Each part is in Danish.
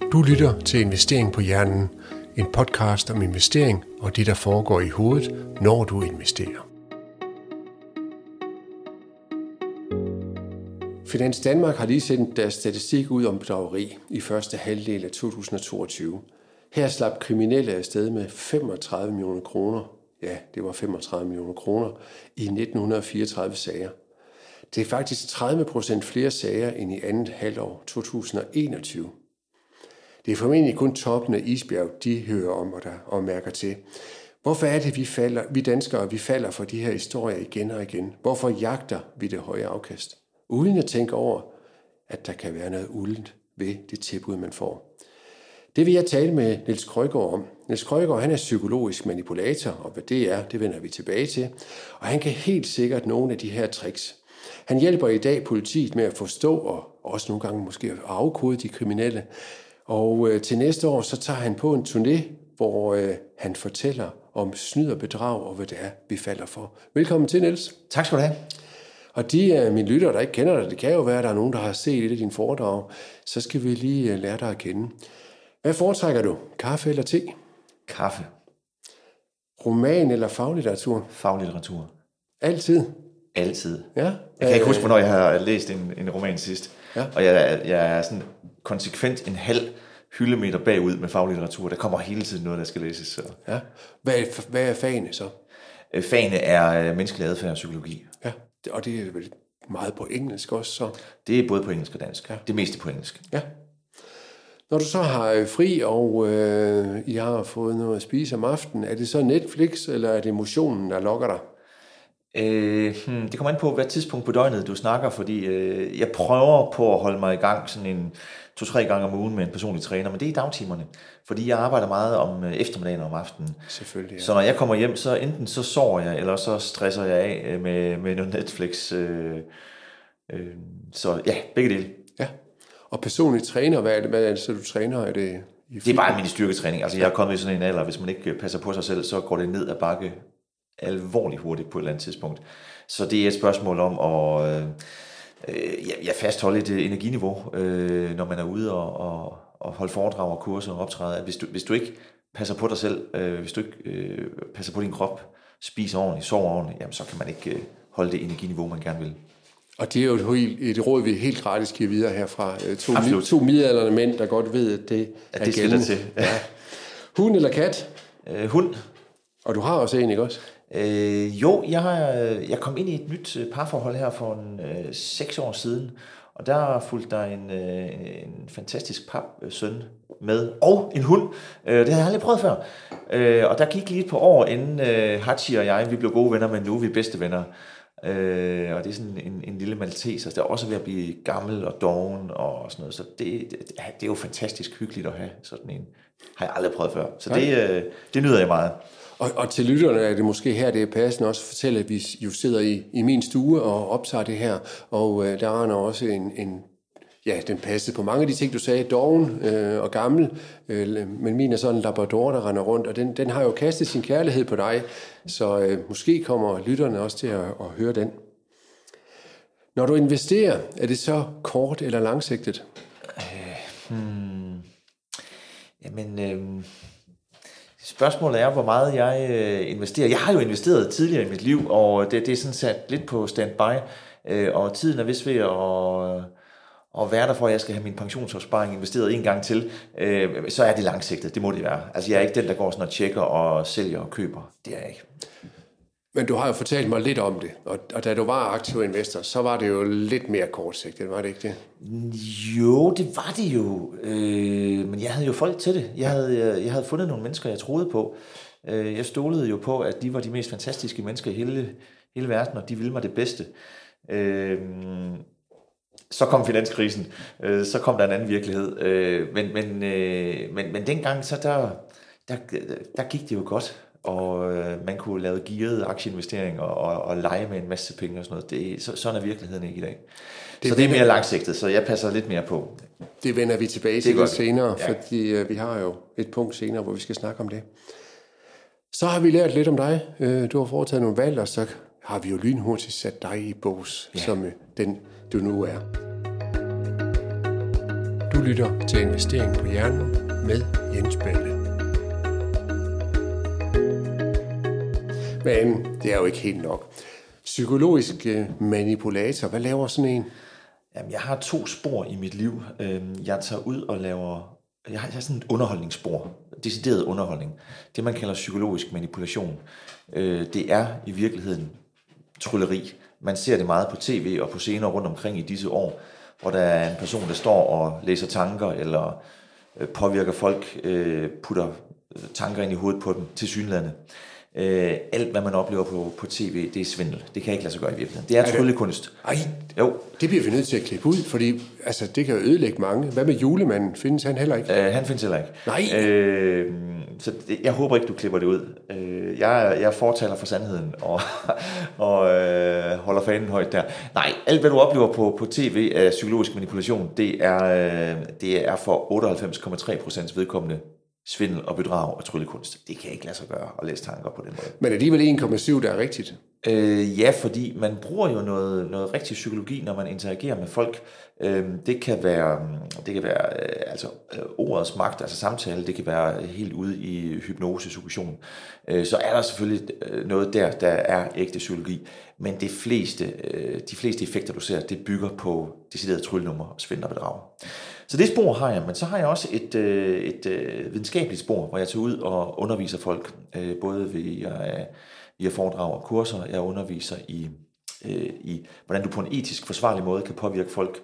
Du lytter til Investering på Hjernen, en podcast om investering og det, der foregår i hovedet, når du investerer. Finans Danmark har lige sendt deres statistik ud om bedrageri i første halvdel af 2022. Her slap kriminelle afsted med 35 millioner kroner. Ja, det var 35 millioner kroner i 1934 sager. Det er faktisk 30% flere sager end i andet halvår 2021. Det er formentlig kun toppen af isbjerg, de hører om og mærker til. Hvorfor er det, vi danskere falder for de her historier igen og igen? Hvorfor jagter vi det høje afkast? Uden at tænke over, at der kan være noget uldent ved det tilbud, man får. Det vil jeg tale med Niels Krøygaard om. Niels Krøygaard, han er psykologisk manipulator, og hvad det er, det vender vi tilbage til. Og han kan helt sikkert nogle af de her tricks. Han hjælper i dag politiet med at forstå, og også nogle gange måske at afkode de kriminelle. Og til næste år, så tager han på en turné, hvor han fortæller om snyd og bedrag, og hvad det er, vi falder for. Velkommen til, Niels. Tak skal du have. Og de af mine lyttere, der ikke kender dig, det kan jo være, at der er nogen, der har set et af dine foredrag, så skal vi lige lære dig at kende. Hvad foretrækker du? Kaffe eller te? Kaffe. Roman eller faglitteratur? Faglitteratur. Altid? Altid. Ja. Jeg kan ikke huske, hvornår jeg har læst en roman sidst. Ja. Og jeg er sådan konsekvent en halv hyldemeter bagud med faglitteratur. Der kommer hele tiden noget, der skal læses. Så. Ja. Hvad er fagene så? Fagene er menneskelig adfærd og psykologi. Ja, og det er vel meget på engelsk også så? Det er både på engelsk og dansk. Ja. Det meste på engelsk. Ja. Når du så har fri, og I har fået noget at spise om aftenen, er det så Netflix, eller er det motionen, der lokker dig? Det kommer an på, hvad tidspunkt på døgnet du snakker, fordi jeg prøver på at holde mig i gang sådan 2-3 gange om ugen med en personlig træner, men det er i dagtimerne, fordi jeg arbejder meget om eftermiddagen og om aftenen. Selvfølgelig, ja. Så når jeg kommer hjem, så enten så sover jeg, eller så stresser jeg af med noget Netflix. Så ja, begge dele. Ja, og personlig træner, hvad er det så du træner? Er det er bare min styrketræning. Altså jeg er kommet i sådan en alder, hvis man ikke passer på sig selv, så går det ned ad bakke alvorligt hurtigt på et eller andet tidspunkt. Så det er et spørgsmål om at fastholde et energiniveau, når man er ude og holde foredrag og kurser og optræde. Hvis du ikke passer på dig selv, hvis du ikke passer på din krop, spiser ordentligt, sover ordentligt, jamen, så kan man ikke holde det energiniveau, man gerne vil. Og det er jo et råd, vi helt gratis giver videre herfra. To midaldrende mænd, der godt ved, at det er det skal der til. Ja. Hund eller kat? Hund. Og du har også en, ikke også? Jo, jeg kom ind i et nyt parforhold her for 6 år siden, og der fulgte der en fantastisk papsøn med, og en hund. Det havde jeg aldrig prøvet før. Og der gik lige et par år, inden Hachi og jeg, vi blev gode venner, men nu er vi bedste venner. Og det er sådan en lille malteser, der er også ved at blive gammel og doven og sådan noget, så det er jo fantastisk hyggeligt at have sådan en. Har jeg aldrig prøvet før, så det nyder jeg meget. Og til lytterne er det måske her, det er passende også at fortælle, at vi jo sidder i min stue og optager det her, og der er også den passede på mange af de ting, du sagde, doven og gammel, men min er sådan en labrador, der render rundt, og den har jo kastet sin kærlighed på dig, så måske kommer lytterne også til at høre den. Når du investerer, er det så kort eller langsigtet? Spørgsmålet er, hvor meget jeg investerer. Jeg har jo investeret tidligere i mit liv, og det er sådan sat lidt på standby, og tiden er vist ved at være der for, at jeg skal have min pensionsopsparing investeret en gang til, så er det langsigtet. Det må det være. Altså, jeg er ikke den, der går sådan og tjekker og sælger og køber. Det er jeg ikke. Men du har jo fortalt mig lidt om det, og da du var aktiv investor, så var det jo lidt mere kortsigtet, var det ikke det? Jo, det var det jo, men jeg havde jo folk til det. Jeg havde fundet nogle mennesker, jeg troede på. Jeg stolede jo på, at de var de mest fantastiske mennesker i hele verden, og de ville mig det bedste. Så kom finanskrisen, så kom der en anden virkelighed, men dengang, så der gik det jo godt. Og man kunne lave gearede aktieinvesteringer og lege med en masse penge og sådan noget. Sådan er virkeligheden ikke i dag. Så det er mere langsigtet, så jeg passer lidt mere på. Det vender vi tilbage til lidt senere, ja. Fordi vi har jo et punkt senere, hvor vi skal snakke om det. Så har vi lært lidt om dig. Du har foretaget nogle valg, og så har vi jo lynhurtigt sat dig i bås, som den du nu er. Du Du lytter til Investering på Hjernen med Jens Balle. Men det er jo ikke helt nok. Psykologisk manipulator, hvad laver sådan en? Jamen, jeg har 2 spor i mit liv. Jeg tager ud og laver... Jeg har sådan et underholdningsspor. Decideret underholdning. Det, man kalder psykologisk manipulation. Det er i virkeligheden trylleri. Man ser det meget på tv og på scener rundt omkring i disse år, hvor der er en person, der står og læser tanker, eller påvirker folk, putter tanker ind i hovedet på dem, tilsyneladende. Alt, hvad man oplever på tv, det er svindel. Det kan ikke lade sig gøre i virkeligheden. Det er tryllekunst. Ej, jo. Det bliver vi nødt til at klippe ud, fordi altså, det kan jo ødelægge mange. Hvad med julemanden? Findes han heller ikke? Han findes heller ikke. Nej. Så jeg håber ikke, du klipper det ud. Jeg fortaler for sandheden og holder fanen højt der. Nej, alt hvad du oplever på tv af psykologisk manipulation, det er for 98,3% vedkommende svindel og bedrag og tryllekunst. Det kan ikke lade sig gøre at læse tanker på den måde. Men alligevel 1,7, der er rigtigt. Ja, fordi man bruger jo noget rigtig psykologi, når man interagerer med folk. Det kan være ordets magt, altså samtale, det kan være helt ude i hypnose, suggestion. Så er der selvfølgelig noget der er ægte psykologi. Men de fleste effekter, du ser, det bygger på deciderede tryllenummer og svindel og bedrag. Så det spor har jeg, men så har jeg også et videnskabeligt spor, hvor jeg tager ud og underviser folk, både via foredrag og kurser. Jeg underviser i hvordan du på en etisk forsvarlig måde kan påvirke folk,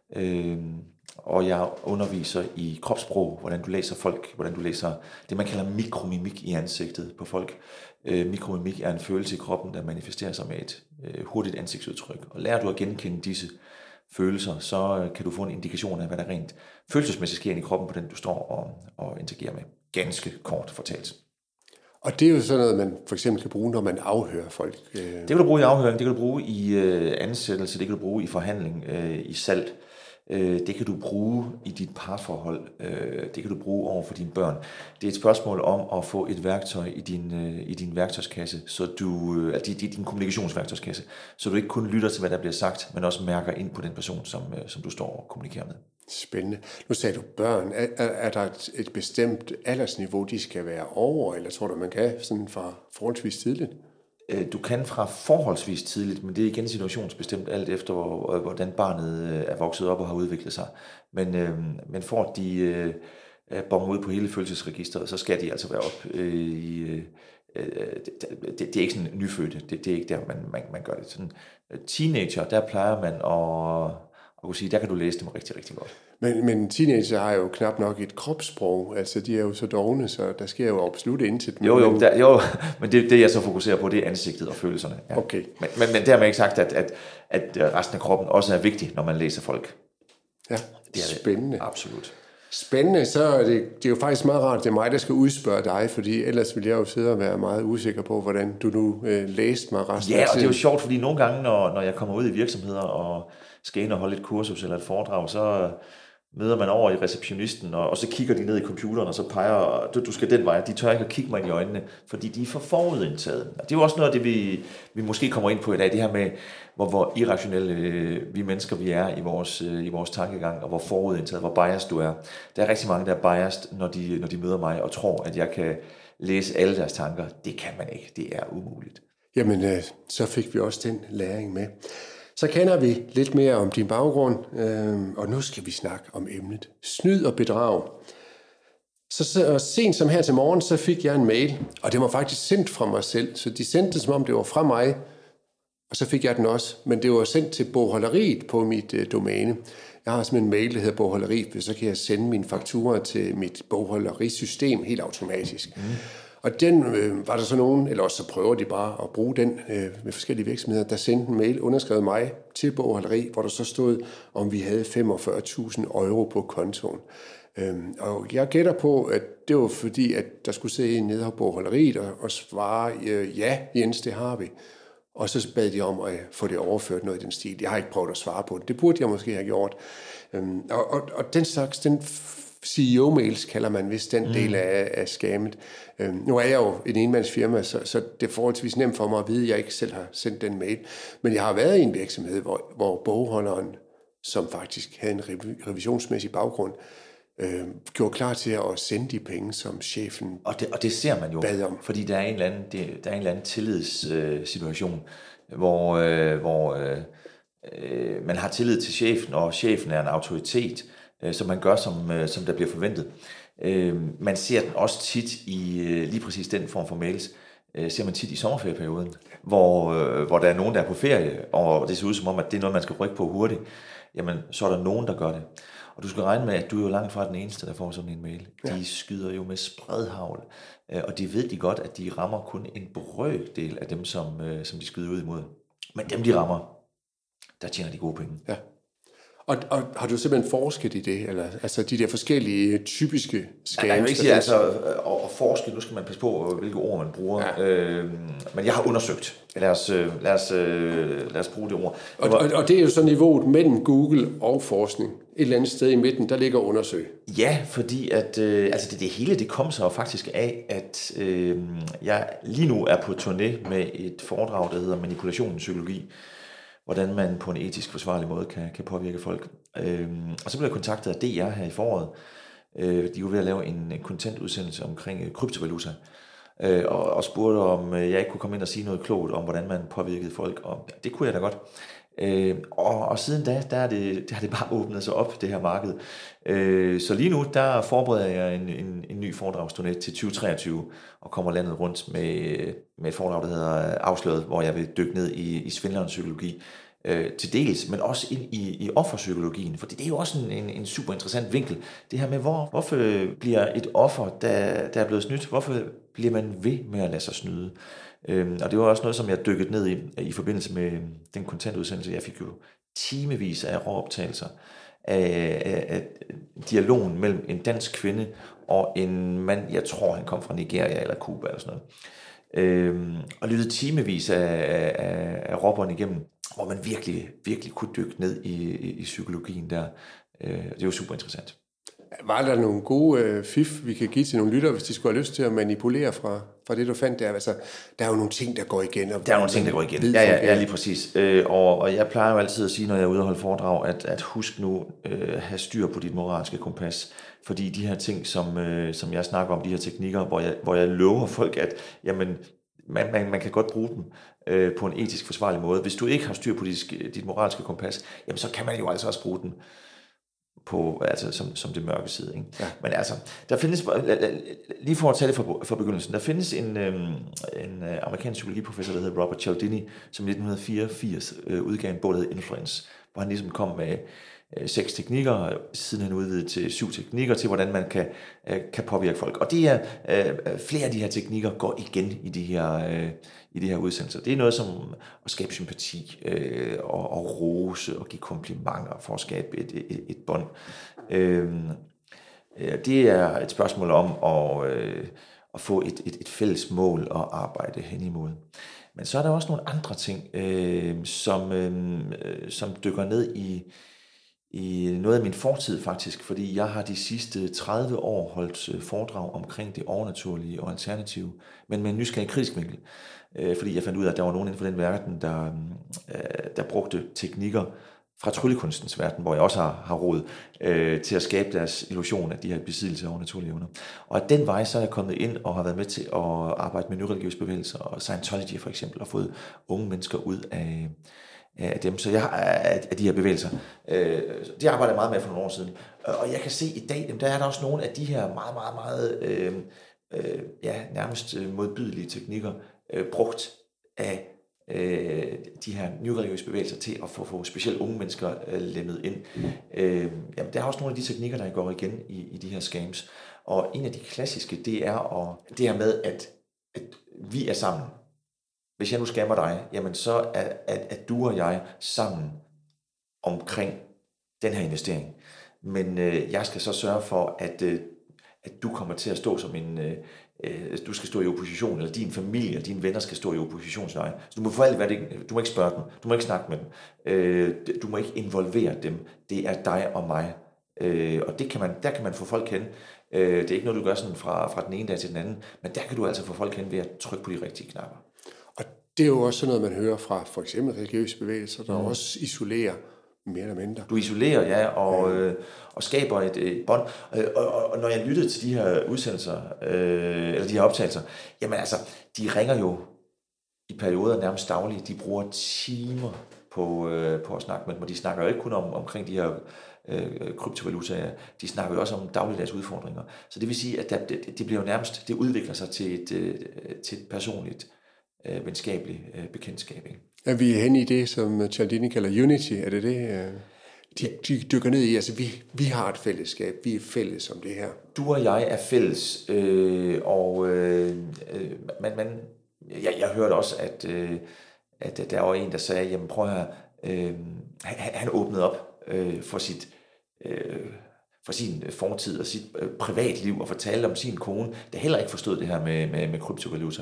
og jeg underviser i kropssprog, hvordan du læser folk, hvordan du læser det, man kalder mikromimik i ansigtet på folk. Mikromimik er en følelse i kroppen, der manifesterer sig med et hurtigt ansigtsudtryk, og lærer du at genkende disse følelser, så kan du få en indikation af, hvad der rent følelsesmæssigt sker i kroppen på den, du står og interagerer med. Ganske kort fortalt. Og det er jo sådan noget, man for eksempel kan bruge, når man afhører folk. Det kan du bruge i afhøring, det kan du bruge i ansættelse, det kan du bruge i forhandling, i salg. Det kan du bruge i dit parforhold. Det kan du bruge over for dine børn. Det er et spørgsmål om at få et værktøj i din værktøjskasse, så din kommunikationsværktøjskasse, så du ikke kun lytter til, hvad der bliver sagt, men også mærker ind på den person, som du står og kommunikerer med. Spændende. Nu sagde du børn. Er der et bestemt aldersniveau, de skal være over, eller tror du, man kan sådan fra forholdsvis tidligt? Du kan fra forholdsvis tidligt, men det er igen situationsbestemt alt efter, hvordan barnet er vokset op og har udviklet sig. Men for at de bonger ud på hele følelsesregisteret, så skal de altså være op i... Det er ikke sådan nyfødte, det er ikke der, man gør det. Sådan teenager, der plejer man at kunne sige, der kan du læse dem rigtig, rigtig godt. Men teenager har jo knap nok et kropssprog, altså de er jo så dovne, så der sker jo absolut intet. Men det jeg så fokuserer på, det er ansigtet og følelserne. Ja. Okay. Men dermed ikke sagt, at resten af kroppen også er vigtig, når man læser folk. Ja, det er spændende. Det. Absolut. Spændende, så er det er jo faktisk meget rart, det er mig, der skal udspørge dig, fordi ellers ville jeg jo sidde og være meget usikker på, hvordan du nu læste mig resten af tiden. Ja, og det er jo sjovt, fordi nogle gange, når jeg kommer ud i virksomheder og skal ind og holde et kursus eller et foredrag, så møder man over i receptionisten, og så kigger de ned i computeren, og så peger, du skal den vej. De tør ikke at kigge mig ind i øjnene, fordi de er for forudindtaget. Og det er jo også noget af det, vi måske kommer ind på i dag, det her med, hvor irrationelle vi mennesker vi er i vores tankegang, og hvor forudindtaget, hvor biased du er. Der er rigtig mange, der er biased, når de møder mig, og tror, at jeg kan læse alle deres tanker. Det kan man ikke. Det er umuligt. Jamen, så fik vi også den læring med. Så kender vi lidt mere om din baggrund, og nu skal vi snakke om emnet snyd og bedrag. Så sent som her til morgen, så fik jeg en mail, og det var faktisk sendt fra mig selv, så de sendte det, som om det var fra mig, og så fik jeg den også, men det var sendt til bogholderiet på mit domæne. Jeg har simpelthen en mail, der hedder bogholderiet, så kan jeg sende mine fakturer til mit bogholderisystem helt automatisk. Og den var der så nogen, eller også så prøver de bare at bruge den med forskellige virksomheder, der sendte en mail, underskrevet mig til bogholderi, hvor der så stod, om vi havde 45.000 euro på kontoen. Og jeg gætter på, at det var fordi, at der skulle sidde en nede på bogholderiet og svare, ja Jens, det har vi. Og så bad de om at få det overført noget i den stil. Jeg har ikke prøvet at svare på det. Det burde jeg måske have gjort. Og den slags, den CEO-mails kalder man vist den del af skammet. Nu er jeg jo en enmandsfirma, så det er forholdsvis nemt for mig at vide, at jeg ikke selv har sendt den mail. Men jeg har været i en virksomhed, hvor bogholderen som faktisk havde en revisionsmæssig baggrund, gjorde klar til at sende de penge, som chefen og det ser man jo, bad om. fordi der er en eller anden tillidssituation, hvor man har tillid til chefen, og chefen er en autoritet, som man gør, som der bliver forventet. Man ser den også tit i lige præcis den form for mails, ser man tit i sommerferieperioden, hvor der er nogen, der er på ferie, og det ser ud som om, at det er noget, man skal rykke på hurtigt. Jamen, så er der nogen, der gør det. Og du skal regne med, at du er jo langt fra den eneste, der får sådan en mail. De skyder jo med spredhavl, og de ved de godt, at de rammer kun en brøkdel af dem, som de skyder ud imod. Men dem, de rammer, der tjener de gode penge. Ja. Og har du simpelthen forsket i det? Eller, altså de der forskellige typiske scams? Jeg vil ikke sige, altså at forske, nu skal man passe på, hvilke ord man bruger. Ja. Men jeg har undersøgt. Lad os bruge det ord. Og det er jo så niveauet mellem Google og forskning. Et eller andet sted i midten, der ligger undersøg. Ja, fordi at det hele, det kom så faktisk af, at jeg lige nu er på turné med et foredrag, der hedder Manipulationens psykologi. Hvordan man på en etisk forsvarlig måde kan påvirke folk. Og så blev jeg kontaktet af DR her i foråret. De var ved at lave en content-udsendelse omkring kryptovaluta, og spurgte, om jeg ikke kunne komme ind og sige noget klogt om, hvordan man påvirkede folk. Og det kunne jeg da godt. Og siden da har det bare åbnet sig op, det her marked. Så lige nu, der forbereder jeg en ny foredragsturné til 2023, og kommer landet rundt med et foredrag, der hedder Afsløret, hvor jeg vil dykke ned i svindlerens psykologi, til dels, men også ind i offerpsykologien, for det er jo også en super interessant vinkel. Det her med, hvorfor bliver et offer, der er blevet snydt, hvorfor bliver man ved med at lade sig snyde? Og det var også noget, som jeg dykkede ned i forbindelse med den content-udsendelse. Jeg fik jo timevis af råoptagelser af dialogen mellem en dansk kvinde og en mand, jeg tror, han kom fra Nigeria eller Cuba eller sådan noget. Og lyttede timevis af råberne igennem, hvor man virkelig, virkelig kunne dykke ned i psykologien der. Det var super interessant. Var der nogle gode fif, vi kan give til nogle lyttere, hvis de skulle have lyst til at manipulere fra det, du fandt der? Altså, der er jo nogle ting, der går igen. Der er nogle ting, der går igen. Ja, lige præcis. Og jeg plejer jo altid at sige, når jeg er ude og holde foredrag, at husk nu at have styr på dit moralske kompas. Fordi de her ting, som jeg snakker om, de her teknikker, hvor jeg lover folk, at jamen, man kan godt bruge dem på en etisk forsvarlig måde. Hvis du ikke har styr på dit moralske kompas, jamen, så kan man jo altså også bruge den på, altså som det mørke side. Ikke? Ja. Men altså, der findes, lige for at tage det fra begyndelsen, der findes en amerikansk psykologiprofessor, der hedder Robert Cialdini, som i 1984 udgav en bog, der hedder Influence, hvor han ligesom kom med 6 teknikker, siden han udvidede til 7 teknikker, til hvordan man kan påvirke folk. Og det er flere af de her teknikker går igen i de her udsendelser. Det er noget som at skabe sympati og rose og give komplimenter for at skabe et bånd. Det er et spørgsmål om at få et fælles mål at arbejde hen imod. Men så er der også nogle andre ting, som dykker ned i noget af min fortid faktisk, fordi jeg har de sidste 30 år holdt foredrag omkring det overnaturlige og alternative, men med en nysgerrig kritisk vinkel. Fordi jeg fandt ud af, at der var nogen inden for den verden, der brugte teknikker fra tryllekunstens verden, hvor jeg også har råd til at skabe deres illusion af de her besiddelse af overnaturlige evner. Og af den vej så er jeg kommet ind og har været med til at arbejde med nyreligiøse bevægelser og Scientology for eksempel, og fået unge mennesker ud af dem. Så jeg har af de her bevægelser. Det arbejder jeg meget med for nogle år siden. Og jeg kan se i dag, der er der også nogle af de her meget, meget, meget nærmest modbydelige teknikker brugt af de her nyreligiøse bevægelser til at få specielt unge mennesker lemmet ind. Jamen, der er også nogle af de teknikker, der går igen i de her scams. Og en af de klassiske, det er det her med, at vi er sammen. Hvis jeg nu scammer dig, jamen så er du og jeg sammen omkring den her investering. Men jeg skal så sørge for, at du kommer til at stå som du skal stå i opposition, eller din familie og dine venner skal stå i opposition til dig. Så du må for alt være det, du må ikke spørge dem, du må ikke snakke med dem, du må ikke involvere dem. Det er dig og mig. Og der kan man få folk hen. Det er ikke noget, du gør sådan fra den ene dag til den anden, men der kan du altså få folk hen ved at trykke på de rigtige knapper. Og det er jo også sådan noget, man hører fra for eksempel religiøse bevægelser, der også isolerer mere eller mindre. Du isolerer, ja, og skaber et bånd. Og når jeg lyttede til de her udsendelser, eller de her optagelser, jamen altså, de ringer jo i perioder nærmest dagligt. De bruger timer på at snakke med dem, og de snakker jo ikke kun omkring de her kryptovalutaer. De snakker jo også om dagligdags udfordringer. Så det vil sige, at det bliver jo nærmest, det udvikler sig til et personligt, venskabeligt bekendtskab. Ikke? Er vi henne i det, som Cialdini kalder unity? Er det det? De dykker ned i, altså vi har et fællesskab, vi er fælles om det her. Du og jeg er fælles, jeg hørte også, at der var en, der sagde, jamen prøv at han åbnede op for sin fortid og sit privatliv og fortalte om sin kone, der heller ikke forstod det her med kryptovaluta.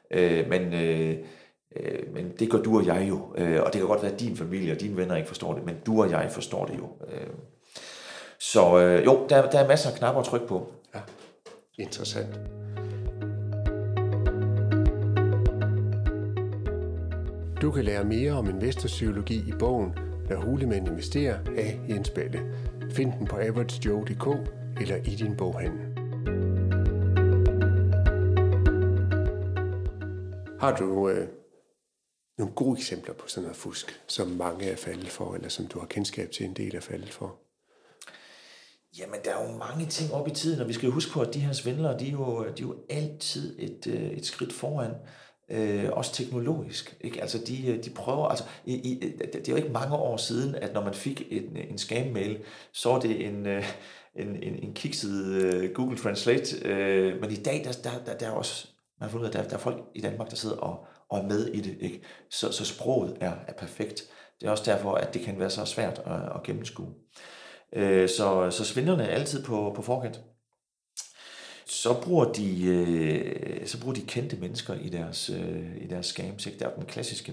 Men det gør du og jeg jo, og det kan godt være, at din familie og dine venner ikke forstår det, men du og jeg forstår det jo. Så jo, der er masser af knapper at trykke på. Ja, interessant. Du kan lære mere om investorpsykologi i bogen Når hulemænd investerer af Jens Balle. Find den på averagejoe.dk eller i din boghandel. Har du nogle gode eksempler på sådan noget fusk, som mange er faldet for, eller som du har kendskab til en del er faldet for? Jamen, der er jo mange ting op i tiden, og vi skal jo huske på, at de her svindlere, de er jo altid et skridt foran, også teknologisk. Ikke? Altså, de prøver, altså, det er jo ikke mange år siden, at når man fik en scam-mail, så var det en kikset Google Translate, men i dag, der er også, man har fundet ud af, at der er folk i Danmark, der sidder og er med i det. Ikke? Så sproget er perfekt. Det er også derfor, at det kan være så svært at gennemskue. Så svindlerne er altid på forkant. Så bruger de kendte mennesker i deres scams. Ikke? Der er den klassiske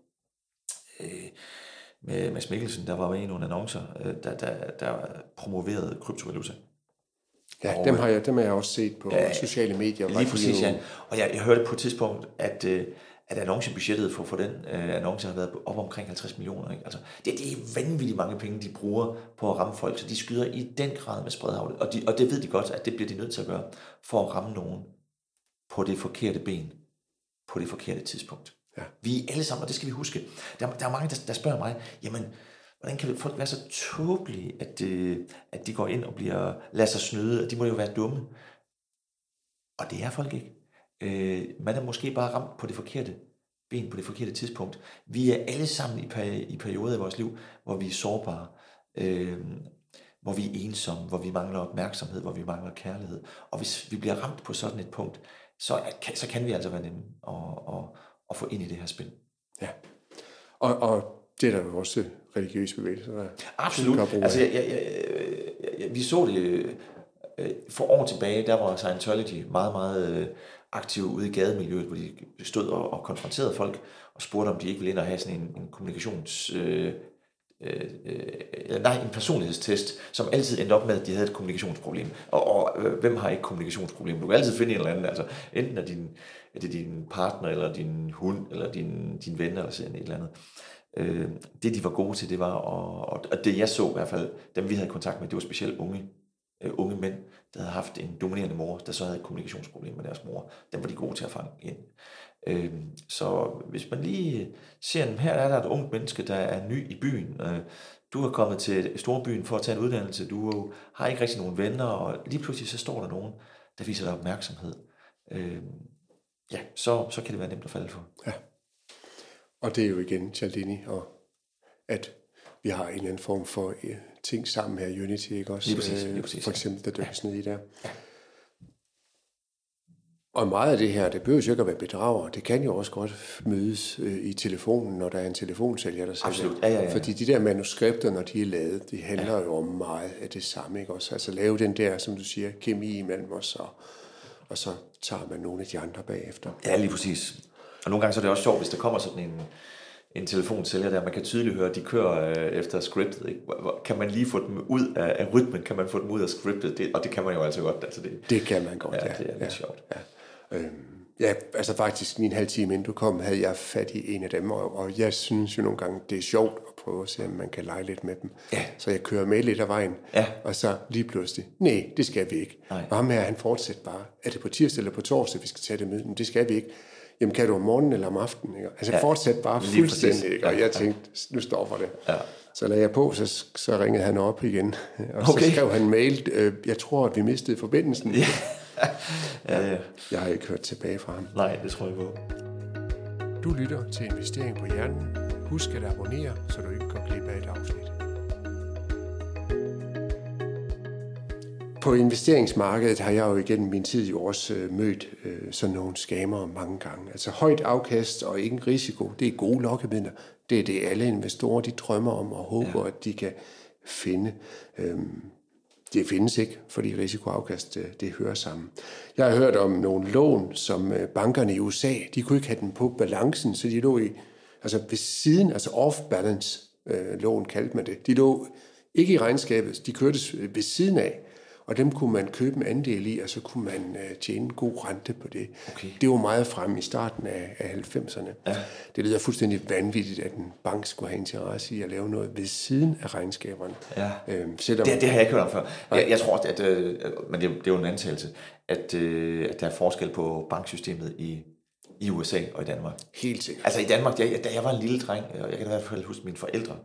med Mads Mikkelsen, der var med i nogle annoncer, der promoverede kryptovaluta. Ja, dem har jeg også set på sociale medier. Lige præcis, ja. Og jeg hørte på et tidspunkt, at annoncebudgettet for den annonce har været op omkring 50 millioner. Ikke? Altså, det er vanvittigt mange penge, de bruger på at ramme folk, så de skyder i den grad med spredhavl. Og det ved de godt, at det bliver de nødt til at gøre, for at ramme nogen på det forkerte ben, på det forkerte tidspunkt. Ja. Vi er alle sammen, og det skal vi huske. Der er mange, der spørger mig, jamen, hvordan kan folk være så tåbelige, at de går ind og lader sig snyde, og de må jo være dumme. Og det er folk ikke. Man er måske bare ramt på det forkerte ben, på det forkerte tidspunkt. Vi er alle sammen i perioder i vores liv, hvor vi er sårbare, hvor vi er ensomme, hvor vi mangler opmærksomhed, hvor vi mangler kærlighed. Og hvis vi bliver ramt på sådan et punkt, så kan vi altså være nemme at få ind i det her spil. Ja, og det er der jo også religiøse bevægelser, der absolut. Altså, vi så det for år tilbage, der var Scientology meget, meget aktive ude i gademiljøet, hvor de stod og konfronterede folk og spurgte, om de ikke ville ind og have sådan en en personlighedstest, som altid endte op med, at de havde et kommunikationsproblem. Og hvem har ikke kommunikationsproblem? Du kan altid finde en eller anden, altså enten er det din partner, eller din hund, eller din ven, eller sådan et eller andet. Det de var gode til, det var, og det jeg så i hvert fald, dem vi havde kontakt med, det var specielt unge mænd, der havde haft en dominerende mor, der så havde et kommunikationsproblem med deres mor. Dem var de gode til at fange ind. Så hvis man lige ser, her er der et ungt menneske, der er ny i byen. Du er kommet til storbyen for at tage en uddannelse. Du har ikke rigtig nogen venner, og lige pludselig så står der nogen, der viser dig opmærksomhed. Så kan det være nemt at falde for. Ja. Og det er jo igen Cialdini, og at vi har en eller anden form for ting sammen her, Unity, ikke også? Lige præcis, for eksempel, der dykkes ned i der. Ja. Og meget af det her, det behøver jo ikke at være bedrager. Det kan jo også godt mødes i telefonen, når der er en telefonsælger, der sælger. Absolut, ja. Fordi de der manuskripter, når de er lavet, det handler jo om meget af det samme, ikke også? Altså lave den der, som du siger, kemi imellem os, og så tager man nogle af de andre bagefter. Ja, lige præcis. Og nogle gange så er det også sjovt, hvis der kommer sådan en telefonsælger der, man kan tydeligt høre, at de kører efter scriptet. Ikke? Kan man lige få dem ud af rytmen? Kan man få dem ud af scriptet? Og det kan man jo altså godt. Altså det kan man godt, ja. Det er lidt sjovt. Ja. Ja, altså faktisk en halv time inden du kom, havde jeg fat i en af dem, og jeg synes jo nogle gange, det er sjovt at prøve at se, om man kan lege lidt med dem. Ja. Så jeg kører med lidt af vejen, og så lige pludselig, nej, det skal vi ikke. Nej. Og ham her, han fortsætter bare, er det på tirsdag eller på torsdag, vi skal tage det med? Men det skal vi ikke. Jamen, kan du om morgenen eller om aftenen? Ikke? Altså, fortsætter bare fuldstændig, ikke? Og jeg tænkte, nu stopper det. Ja. Så lagde jeg på, så ringede han op igen, og så skrev han en mail, jeg tror, at vi mistede forbindelsen. Ja. Jeg har ikke hørt tilbage fra ham. Nej, det tror jeg på. Du lytter til Investering på Hjernen. Husk at abonnere, så du ikke går glip af et afsnit. På investeringsmarkedet har jeg jo igennem min tid jo også mødt sådan nogle scammer mange gange. Altså højt afkast og ingen risiko, det er gode lokkemidler. Det er det, alle investorer de drømmer om og håber, at de kan finde. Det findes ikke, fordi risikoafkast, det hører sammen. Jeg har hørt om nogle lån, som bankerne i USA, de kunne ikke have den på balancen, så de lå ved siden, altså off-balance lån kaldte man det. De lå ikke i regnskabet, de kørtes ved siden af, og dem kunne man købe en andel i, og så kunne man tjene en god rente på det. Okay. Det var meget fremme i starten af 90'erne. Ja. Det lyder fuldstændig vanvittigt, at en bank skulle have interesse i at lave noget ved siden af regnskaberne. Ja. Det har jeg ikke hørt om før. Jeg tror, at men det er jo en antagelse, at der er forskel på banksystemet i USA og i Danmark. Helt sikkert. Altså i Danmark, da jeg var en lille dreng, og jeg kan i hvert fald huske mine forældre,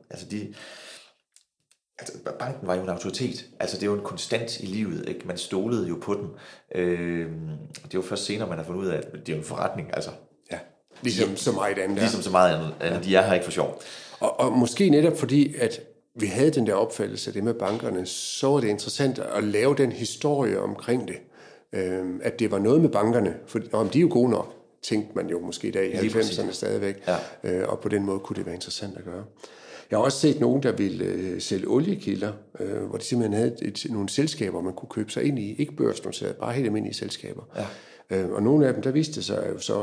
banken var jo en autoritet. Altså det var en konstant i livet, ikke? Man stolede jo på dem. Det var først senere, man har fundet ud af, at det er en forretning. Altså, ja, ligesom så meget andet. Ligesom så meget andet. Ja. De er her ikke for sjov. Og måske netop fordi, at vi havde den der opfattelse af det med bankerne, så var det interessant at lave den historie omkring det. At det var noget med bankerne, for om de er jo gode nok, tænkte man jo måske i dag i 90'erne stadigvæk. Ja. Og på den måde kunne det være interessant at gøre. Jeg har også set nogen, der ville sælge oliekilder, hvor de simpelthen havde nogle selskaber, man kunne købe sig ind i. Ikke børsnoteret, bare helt almindelige selskaber. Ja. Og nogle af dem, der viste sig jo så,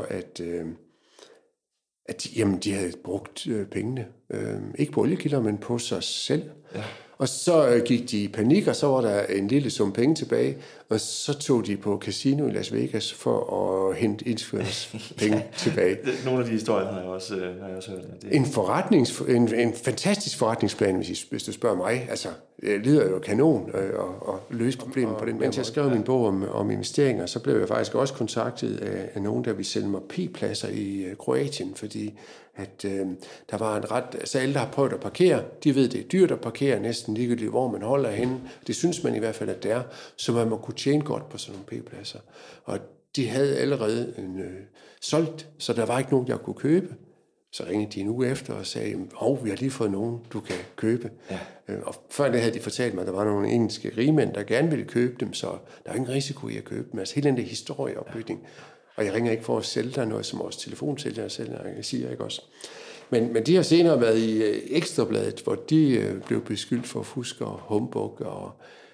at de havde brugt pengene. Ikke på oliekilder, men på sig selv. Ja. Og så gik de i panik, og så var der en lille sum penge tilbage, og så tog de på casino i Las Vegas for at hente indskydernes penge tilbage. Nogle af de historier har jeg også hørt. En fantastisk forretningsplan, hvis du spørger mig. Altså, det lyder jo kanon og løse problemet på den. Mens jeg skrev min bog om investeringer, så blev jeg faktisk også kontaktet af nogen, der ville sælge mig P-pladser i Kroatien, fordi at der var en ret... Altså alle, der har prøvet at parkere, de ved, det er dyrt at parkere næsten ligegyldigt, hvor man holder henne. Det synes man i hvert fald, at det er, så man må kunne tjene godt på sådan nogle P-pladser. Og de havde allerede solgt, så der var ikke nogen, jeg kunne købe. Så ringede de en uge efter og sagde, vi har lige fået nogen, du kan købe. Ja. Og før det havde de fortalt mig, at der var nogle engelske rigmænd, der gerne ville købe dem, så der er ingen risiko i at købe dem. Altså hele den der historieopbygning. Ja. Og jeg ringer ikke for at sælge dig noget, som vores telefonsælger sælger, jeg siger ikke også. Men de har senere været i Ekstrabladet, hvor de blev beskyldt for fusk og humbug, og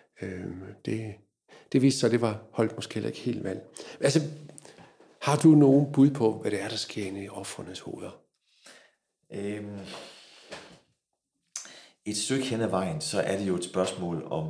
det viste sig, at det var holdt måske heller ikke helt valg. Altså, har du nogen bud på, hvad det er, der sker inde i offernes hoveder? Et stykke hen ad vejen, så er det jo et spørgsmål om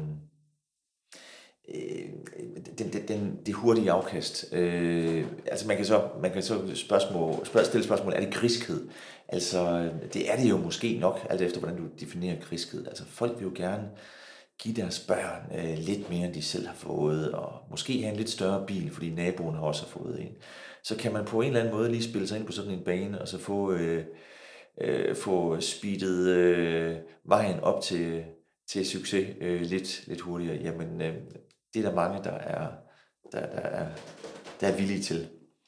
det hurtige afkast. Altså man kan så stille spørgsmål, er det griskhed? Altså det er det jo måske nok, alt efter hvordan du definerer griskhed. Altså folk vil jo gerne give deres børn lidt mere, end de selv har fået, og måske have en lidt større bil, fordi naboen har også fået en. Så kan man på en eller anden måde lige spille sig ind på sådan en bane, og så få speedet vejen op til succes lidt hurtigere. Jamen, det er der mange, der er villige til.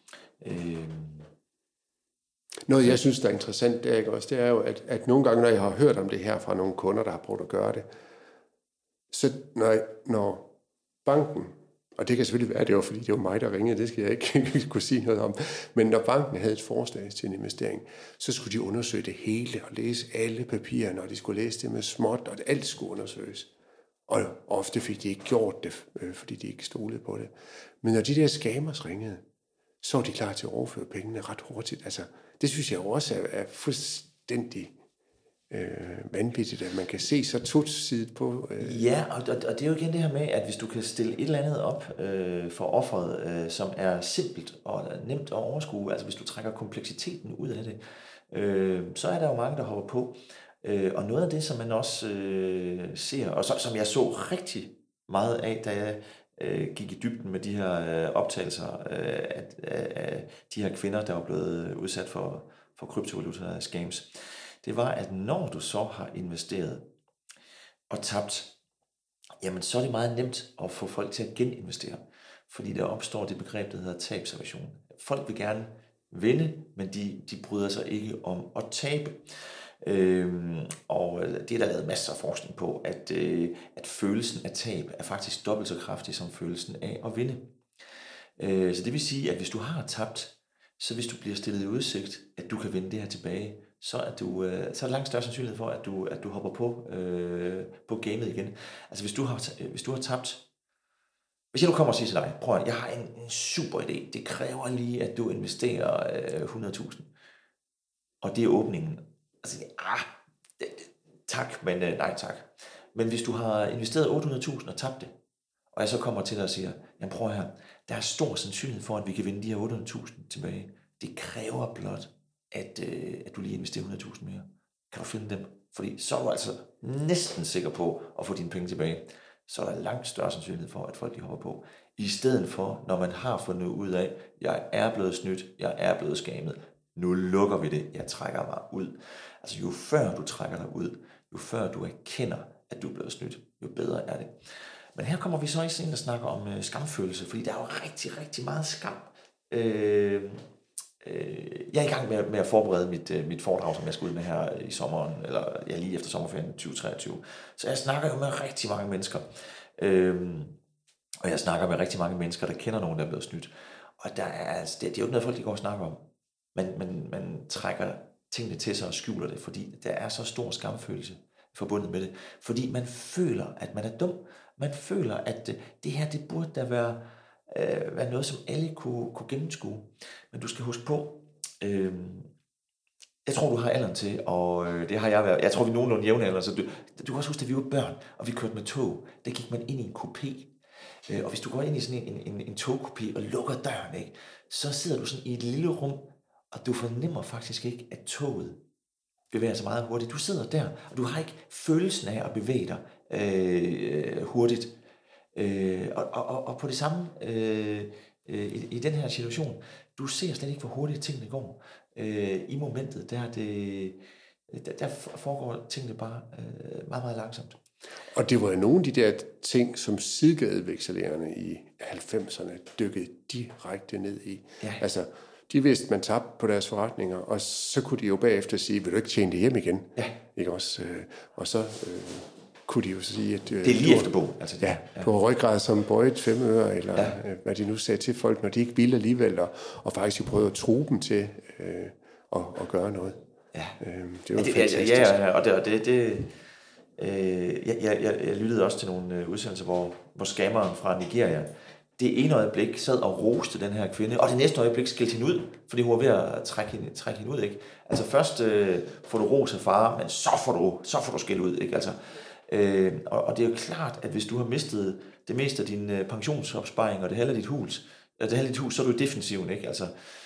Noget, jeg synes, der er interessant, det er jo, at nogle gange, når jeg har hørt om det her fra nogle kunder, der har prøvet at gøre det, så når banken, og det kan selvfølgelig være, det var fordi det var mig, der ringede, det skal jeg ikke kunne sige noget om, men når banken havde et forslag til en investering, så skulle de undersøge det hele og læse alle papirerne, og de skulle læse det med småt, og alt skulle undersøges. Og ofte fik de ikke gjort det, fordi de ikke stolede på det. Men når de der scammers ringede, så var de klar til at overføre pengene ret hurtigt. Altså, det synes jeg også er fuldstændig vanvittigt, at man kan se så tosidigt på. Ja, og det er jo igen det her med, at hvis du kan stille et eller andet op for offeret, som er simpelt og nemt at overskue, altså hvis du trækker kompleksiteten ud af det, så er der jo mange, der hopper på. Og noget af det, som man også ser, og som jeg så rigtig meget af, da jeg gik i dybden med de her optagelser af de her kvinder, der var blevet udsat for kryptovaluta-scams, det var, at når du så har investeret og tabt, jamen så er det meget nemt at få folk til at geninvestere, fordi der opstår det begreb, der hedder tabsaversion. Folk vil gerne vinde, men de bryder sig ikke om at tabe. Og det er der lavet masser af forskning på, at følelsen af tab er faktisk dobbelt så kraftig som følelsen af at vinde. Så det vil sige, at hvis du har tabt, så hvis du bliver stillet i udsigt, at du kan vinde det her tilbage, så er der langt større sandsynlighed for, at du hopper på gamet igen. Altså hvis du har tabt, hvis jeg nu kommer og siger til dig, prøv at jeg har en super idé, det kræver lige, at du investerer 100.000, og det er åbningen. Altså, tak, men nej tak. Men hvis du har investeret 800.000 og tabt det, og jeg så kommer til dig og siger, jamen prøv her, der er stor sandsynlighed for, at vi kan vinde de her 800.000 tilbage. Det kræver blot, at du lige investerer 100.000 mere. Kan du finde dem? Fordi så er du altså næsten sikker på at få dine penge tilbage. Så er der langt større sandsynlighed for, at folk de hopper på. I stedet for, når man har fundet ud af, jeg er blevet snydt, jeg er blevet skammet, nu lukker vi det, jeg trækker mig ud. Altså jo før du trækker dig ud, jo før du erkender, at du er blevet snydt, jo bedre er det. Men her kommer vi så i scenen og snakker om skamfølelse, fordi der er jo rigtig, rigtig meget skam. Jeg er i gang med at forberede mit foredrag, som jeg skal ud med her i sommeren, eller lige efter sommerferien 2023. Så jeg snakker jo med rigtig mange mennesker. Og jeg snakker med rigtig mange mennesker, der kender nogen, der er blevet snydt. Og det er jo ikke noget, folk de går og snakker om. Man trækker tingene til sig og skjuler det, fordi der er så stor skamfølelse forbundet med det. Fordi man føler, at man er dum. Man føler, at det her, det burde da være noget, som alle kunne gennemskue. Men du skal huske på, jeg tror, du har alderen til, og det har jeg været. Jeg tror, vi er nogenlunde jævne alder, så du kan også huske, at vi var børn, og vi kørte med tog. Der gik man ind i en kupé. Og hvis du går ind i sådan en togkupé og lukker døren, ikke, så sidder du sådan i et lille rum, og du fornemmer faktisk ikke, at toget bevæger sig meget hurtigt. Du sidder der, og du har ikke følelsen af at bevæge dig hurtigt. Og på det samme i den her situation, du ser slet ikke, hvor hurtigt tingene går. I momentet, der foregår tingene bare meget, meget langsomt. Og det var jo nogle af de der ting, som sidegadevekslererne i 90'erne dykkede direkte ned i. Ja. Altså, de vidste, man tabte på deres forretninger, og så kunne de jo bagefter sige, vil du ikke tjene det hjem igen? Ja. Ikke også? Og så kunne de jo sige, at... det er lige efter bogen. Altså, ja, på ryggrad som bøjet 5 øre, eller hvad de nu sagde til folk, når de ikke ville alligevel, og faktisk prøvede at true dem til at gøre noget. Ja. Det var fantastisk. Jeg lyttede også til nogle udsendelser, hvor skammeren fra Nigeria, det ene øjeblik sad og roste den her kvinde, og det næste øjeblik skældte hende ud, fordi hun var ved at trække hende ud, ikke? Altså først får du ros af far, men så får du skæld ud, ikke? Altså, og det er jo klart, at hvis du har mistet det meste af din pensionsopsparing, og det halve dit hus, så er du i defensiven, ikke? Altså,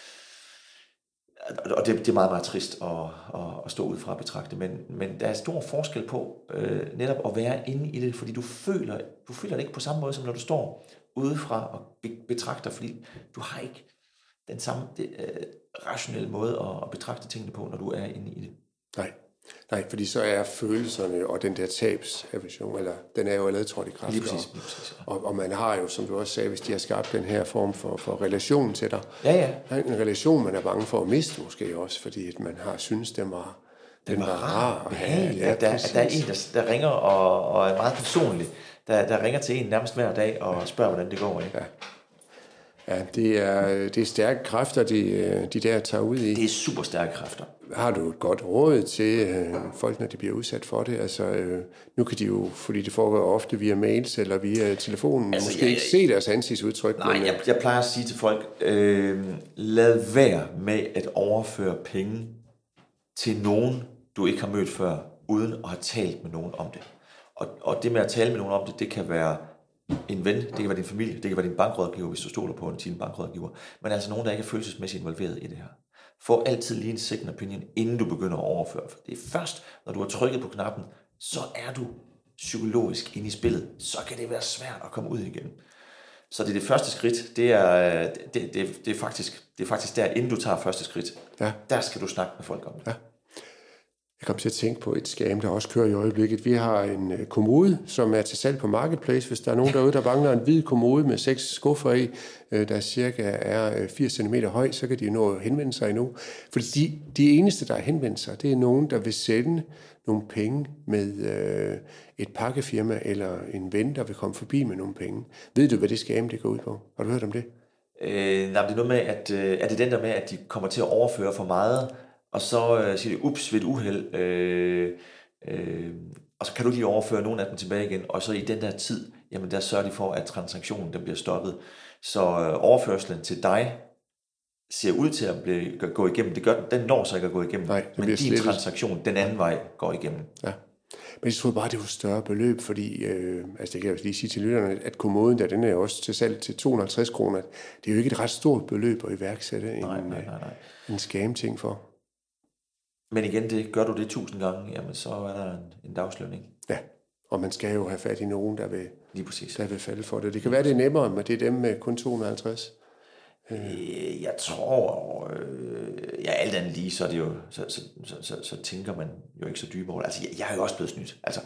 og det er meget, meget trist at stå ud fra at betragte, men der er stor forskel på netop at være inde i det, fordi du føler det ikke på samme måde, som når du står udefra og betragter, fordi du har ikke den samme rationelle måde at betragte tingene på, når du er inde i det. Nej, fordi så er følelserne og den der tabsaversion, eller den er jo allerede trådt i kraft. Lige præcis. Og man har jo, som du også sagde, hvis de har skabt den her form for relation til dig. Ja. En relation, man er bange for at miste måske også, fordi at man har synes den var rar. Ja, der er en, der ringer og er meget personlig. Der ringer til en nærmest hver dag og spørger, hvordan det går. Ikke? Ja, det er stærke kræfter, de der tager ud i. Det er super stærke kræfter. Har du et godt råd til folk, når de bliver udsat for det? Altså, nu kan de jo, fordi det foregår ofte via mails eller via telefonen, måske ikke se deres ansigtsudtryk. Nej, jeg plejer at sige til folk, lad være med at overføre penge til nogen, du ikke har mødt før, uden at have talt med nogen om det. Og det med at tale med nogen om det, det kan være en ven, det kan være din familie, det kan være din bankrådgiver, hvis du stoler på din bankrådgiver, men altså nogen, der ikke er følelsesmæssigt involveret i det her. Få altid lige en second opinion, inden du begynder at overføre. For det er først, når du har trykket på knappen, så er du psykologisk inde i spillet. Så kan det være svært at komme ud igen. Så det er det første skridt, det er faktisk der, inden du tager første skridt, der skal du snakke med folk om det. Ja. Jeg kom til at tænke på et scam, der også kører i øjeblikket. Vi har en kommode, som er til salg på Marketplace. Hvis der er nogen derude, der mangler en hvid kommode med 6 skuffer i, der cirka er 80 cm høj, så kan de nå at henvende sig endnu. Fordi de eneste, der har henvendt sig, det er nogen, der vil sende nogle penge med et pakkefirma eller en ven, der vil komme forbi med nogle penge. Ved du, hvad det scam det går ud på? Har du hørt om det? Nej, det er noget med, at er det den der med, at de kommer til at overføre for meget, og så siger de, ups, ved et uheld, og så kan du lige overføre nogle af dem tilbage igen, og så i den der tid, jamen der sørger de for, at transaktionen den bliver stoppet. Så overførslen til dig ser ud til at gå igennem. Det gør den når så ikke at gå igennem. Nej, men din transaktion den anden vej går igennem. Ja. Men jeg troede bare, det var et større beløb, fordi, det kan jeg lige sige til lytterne, at kommoden der, den er også til salg til 250 kroner. Det er jo ikke et ret stort beløb at iværksætte en scam-ting for. Men igen, det gør du det 1000 gange, jamen så er der en dagslønning. Ja, og man skal jo have fat i nogen, der vil, lige præcis. Der vil falde for det. Det kan være, det er nemmere, men det er dem med kun 250. Jeg tror, alt andet lige, så er det jo, så tænker man jo ikke så dybere over det. Altså, jeg er jo også blevet snydt. Altså,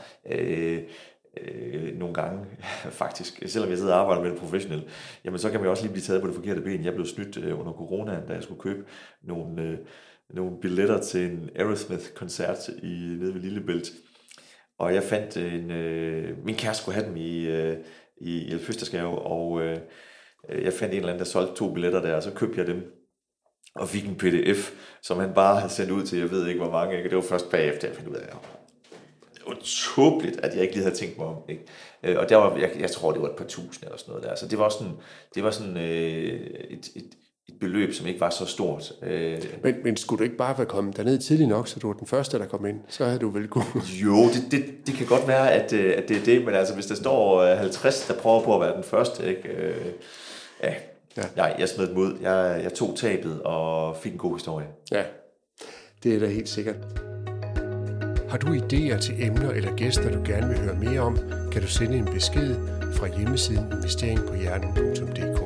nogle gange, faktisk, selvom jeg sidder og arbejder med det professionelt, jamen så kan man jo også lige blive taget på det forkerte ben. Jeg blev snydt under coronaen, da jeg skulle købe nogle billetter til en Aerosmith-koncert nede ved Lillebælt. Og jeg fandt min kæreste skulle have dem i fødselsdagsgave, og jeg fandt en eller anden, der solgte 2 billetter der, og så købte jeg dem, og fik en pdf, som han bare havde sendt ud til, jeg ved ikke hvor mange, ikke? Det var først bagefter, jeg fandt ud af, det var tåbeligt, at jeg ikke lige havde tænkt mig om, ikke? Og der var, jeg tror, det var et par tusind eller sådan noget der, så det var sådan et beløb, som ikke var så stort. Men skulle du ikke bare være kommet derned tidligt nok, så du var den første, der kom ind? Så havde du vel gået. Jo, det kan godt være, at det er det, men altså, hvis der står 50, der prøver på at være den første, ikke? Jeg smed dem ud. Jeg tog tabet og fik en god historie. Ja, det er da helt sikkert. Har du idéer til emner eller gæster, du gerne vil høre mere om, kan du sende en besked fra hjemmesiden investeringpohjernen.dk.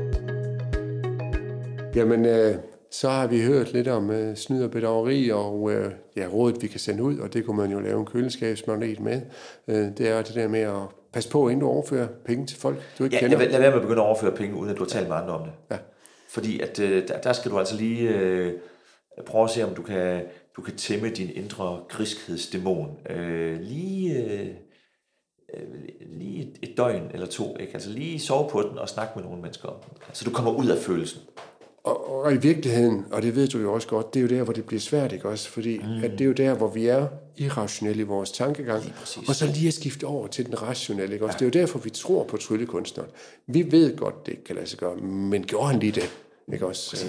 Jamen, så har vi hørt lidt om snyd og bedrageri, og rådet vi kan sende ud, og det kunne man jo lave en køleskabsmagnet med. Det er det der med at passe på, inden du overfører penge til folk, du ikke kender. Lad være med at begynde at overføre penge, uden at du har talt med andre om det. Ja. Fordi at, der skal du altså lige prøve at se, om du kan tæmme din indre griskhedsdæmon. Lige et døgn eller 2, ikke? Altså lige sove på den og snakke med nogle mennesker om den. Så du kommer ud af følelsen. Og i virkeligheden, og det ved du jo også godt, det er jo der, hvor det bliver svært, ikke også? Fordi at det er jo der, hvor vi er irrationelle i vores tankegang, og så lige at skifte over til den rationelle, ikke også? Ja. Det er jo derfor, vi tror på tryllekunstneren. Vi ved godt, det ikke kan lade sig gøre, men gjorde han lige det, ikke også?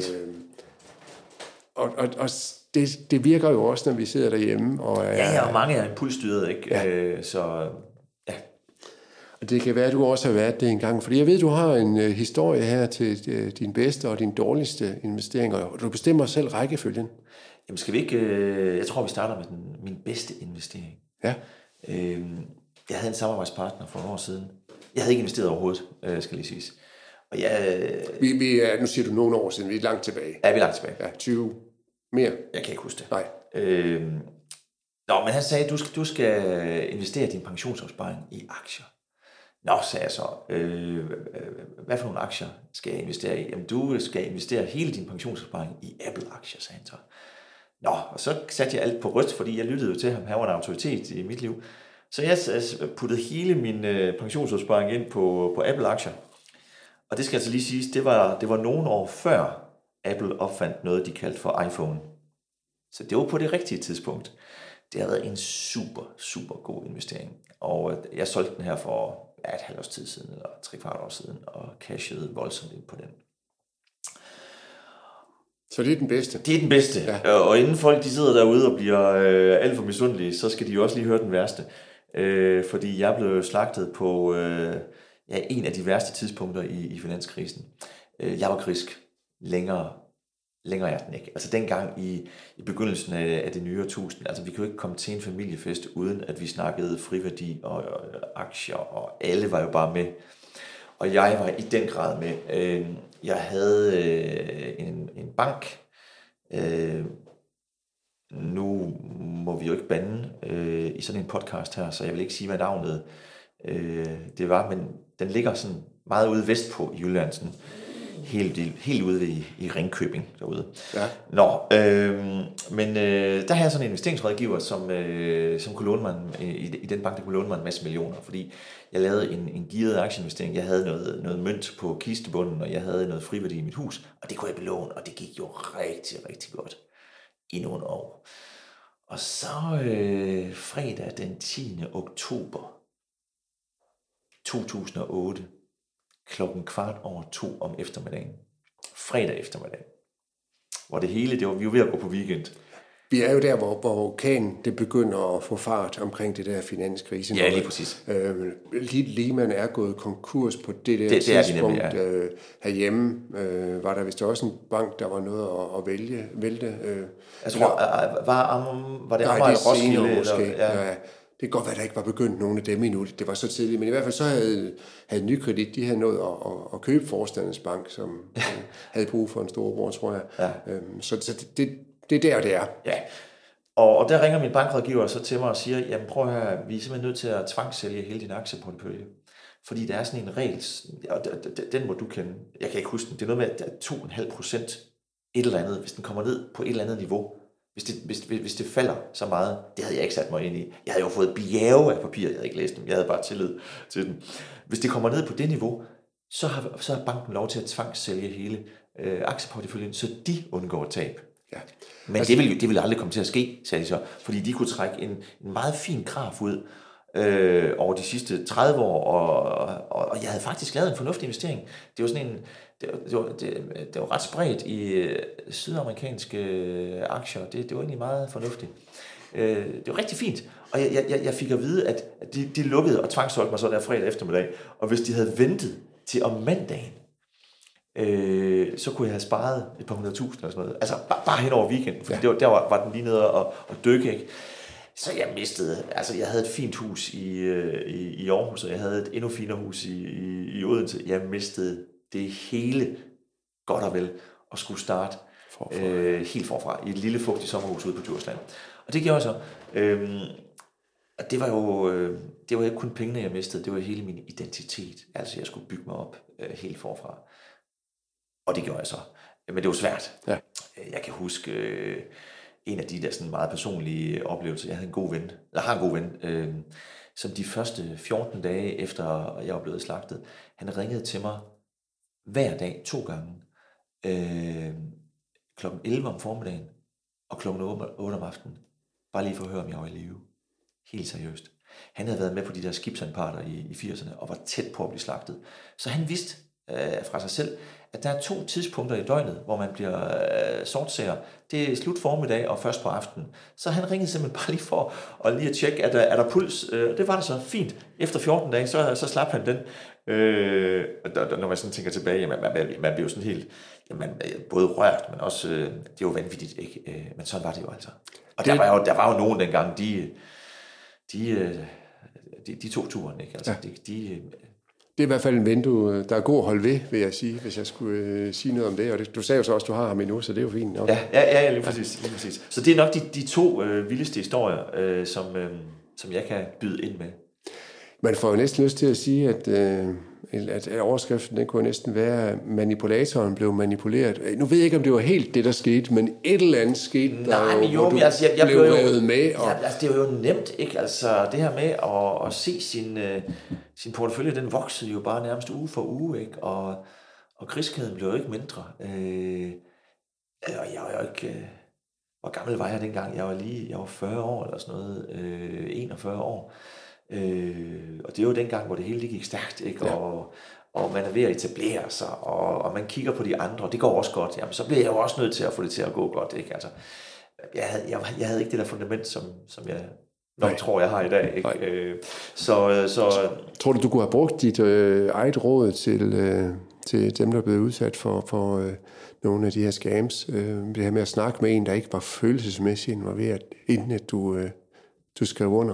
Og det virker jo også, når vi sidder derhjemme. Og og mange er impulsstyret, ikke? Ja. Så... Og det kan være, at du også har været det engang. Fordi jeg ved, du har en historie her til din bedste og din dårligste investeringer. Og du bestemmer selv rækkefølgen. Jamen skal vi ikke... jeg tror, vi starter med min bedste investering. Ja. Jeg havde en samarbejdspartner for nogle år siden. Jeg havde ikke investeret overhovedet, skal lige siges. Og nu siger du nogle år siden. Vi er langt tilbage. Ja, vi er langt tilbage. Ja, 20 mere. Jeg kan ikke huske det. Nej. Men han sagde, du skal investere din pensionsopsparing i aktier. Nå, sagde jeg så, hvad for nogle aktier skal jeg investere i? Jamen, du skal investere hele din pensionsopsparing i Apple-aktier, sagde han så. Nå, og så satte jeg alt på røst, fordi jeg lyttede jo til ham. Han var en autoritet i mit liv. Så jeg puttede hele min pensionsopsparing ind på Apple-aktier. Og det skal altså lige siges, det var nogle år før Apple opfandt noget, de kaldte for iPhone. Så det var på det rigtige tidspunkt. Det har været en super, super god investering. Og jeg solgte den her for et halvt års tid siden, eller 3/4 år siden, og cashede voldsomt ind på den. Så det er den bedste? Det er den bedste. Ja. Og inden folk de sidder derude og bliver alt for misundelige, så skal de jo også lige høre den værste. Fordi jeg blev slagtet på en af de værste tidspunkter i finanskrisen. Jeg var grisk. Længere er den ikke. Altså dengang i begyndelsen af det nye årtusind, altså vi kunne ikke komme til en familiefest, uden at vi snakkede friværdi og aktier, og alle var jo bare med. Og jeg var i den grad med. Jeg havde en bank. Nu må vi jo ikke bande i sådan en podcast her, så jeg vil ikke sige, hvad navnet det var, men den ligger sådan meget ude vestpå i Jylland, sådan helt ude i Ringkøbing derude. Ja. Men der havde jeg sådan en investeringsrådgiver, som kunne låne mig i den bank, der kunne låne mig en masse millioner, fordi jeg lavede en gearet aktieinvestering. Jeg havde noget mønt på kistebunden, og jeg havde noget friværdi i mit hus, og det kunne jeg belåne, og det gik jo rigtig, rigtig godt i nogle år. Og så fredag den 10. oktober 2008, 2:15 om eftermiddagen. Fredag eftermiddag. Hvor det hele, vi var ved at gå på weekend. Vi er jo der, hvor orkanen det begynder at få fart omkring det der finanskrise. Ja, lige præcis. Lehman er gået konkurs på det der tidspunkt. Det nemlig, ja. Herhjemme var der vist også en bank, der var noget at vælte. Jeg tror, var det Amager Roskilde? Måske. Ja. Det kan godt være, at der ikke var begyndt nogen af dem endnu. Det var så tidligt. Men i hvert fald så havde Nykredit, de havde nået at købe Forstandens Bank, som havde brug for en storbror, tror jeg. Ja. Så det er der, det er. Ja. Og der ringer min bankrådgiver så til mig og siger, jamen prøv at høre, vi er simpelthen nødt til at tvangssælge hele din aktieportefølje. Fordi der er sådan en regel, og den må du kende. Jeg kan ikke huske den. Det er noget med, at 2,5% et eller andet, hvis den kommer ned på et eller andet niveau. Hvis det falder så meget, det havde jeg ikke sat mig ind i. Jeg havde jo fået bjerge af papir, jeg havde ikke læst dem. Jeg havde bare tillid til dem. Hvis det kommer ned på det niveau, så har banken lov til at tvangssælge hele aktieporteføljen, så de undgår tab. Ja. Men altså, det ville aldrig komme til at ske, sagde de så, fordi de kunne trække en meget fin graf ud over de sidste 30 år, og jeg havde faktisk lavet en fornuftig investering. Det var sådan en, det var ret spredt i sydamerikanske aktier. Det var egentlig meget fornuftigt. Det var rigtig fint, og jeg fik at vide, at de lukkede og tvangssolgte mig så der fredag eftermiddag, og hvis de havde ventet til om mandagen, så kunne jeg have sparet et par 100.000 eller sådan noget. Altså bare hen over weekenden, fordi der var den lige nede og dykke, ikke? Så jeg mistede, altså jeg havde et fint hus i Aarhus, og jeg havde et endnu finere hus i Odense. Jeg mistede det hele godt og vel, og skulle starte helt forfra i et lille fugtigt sommerhus ude på Djursland. Og det gjorde jeg så. Og det var ikke kun pengene, jeg mistede, det var hele min identitet. Altså jeg skulle bygge mig op helt forfra. Og det gjorde jeg så. Men det var svært. Ja. Jeg kan huske en af de der sådan meget personlige oplevelser. Jeg har en god ven, som de første 14 dage efter jeg var blevet slagtet, han ringede til mig hver dag 2 gange. Klokken 11 om formiddagen og klokken 8 om aftenen. Bare lige for at høre, om jeg var i live. Helt seriøst. Han havde været med på de der skibsanparter i 80'erne og var tæt på at blive slagtet. Så han vidste fra sig selv, at der er 2 tidspunkter i døgnet, hvor man bliver sortseer. Det er slut formiddag og først på aftenen. Så han ringede simpelthen bare lige for at lige at tjekke, er der puls. Det var der så fint. Efter 14 dage, så slap han den. Når man sådan tænker tilbage, jamen, man bliver jo sådan helt, jamen, både rørt, men også, det er jo vanvittigt, ikke? Men sådan var det jo altså. Og der var jo nogen dengang, de tog turen, ikke? Altså, ja. Det er i hvert fald en ven, der er god at holde ved, vil jeg sige, hvis jeg skulle sige noget om det. Og du sagde jo så også, at du har ham endnu, så det er jo fint nok. Ja, lige præcis. Så det er nok de 2 vildeste historier, som jeg kan byde ind med. Man får jo næsten lyst til at sige, at overskriften den kunne næsten være, at manipulatoren blev manipuleret. Nu ved jeg ikke, om det var helt det, der skete, men et eller andet skete, jeg blev revet med. Og... Ja, altså, det var jo nemt, ikke? Altså, det her med at se sin portefølje, den voksede jo bare nærmest uge for uge, ikke? Og griskheden blev jo ikke mindre. Og jeg var jo ikke... Hvor gammel var jeg dengang? Jeg var 40 år eller sådan noget. 41 år. Og det er jo dengang, hvor det hele gik stærkt, ikke? Ja. og man er ved at etablere sig, og man kigger på de andre, og det går også godt, jamen så bliver jeg jo også nødt til at få det til at gå godt, ikke? Altså, jeg havde ikke det der fundament, som jeg nok tror, jeg har i dag, ikke? Så tror du kunne have brugt dit eget råd til dem, der er blevet udsat for nogle af de her scams? Det her med at snakke med en, der ikke var følelsesmæssigt involveret, inden at du skrev under?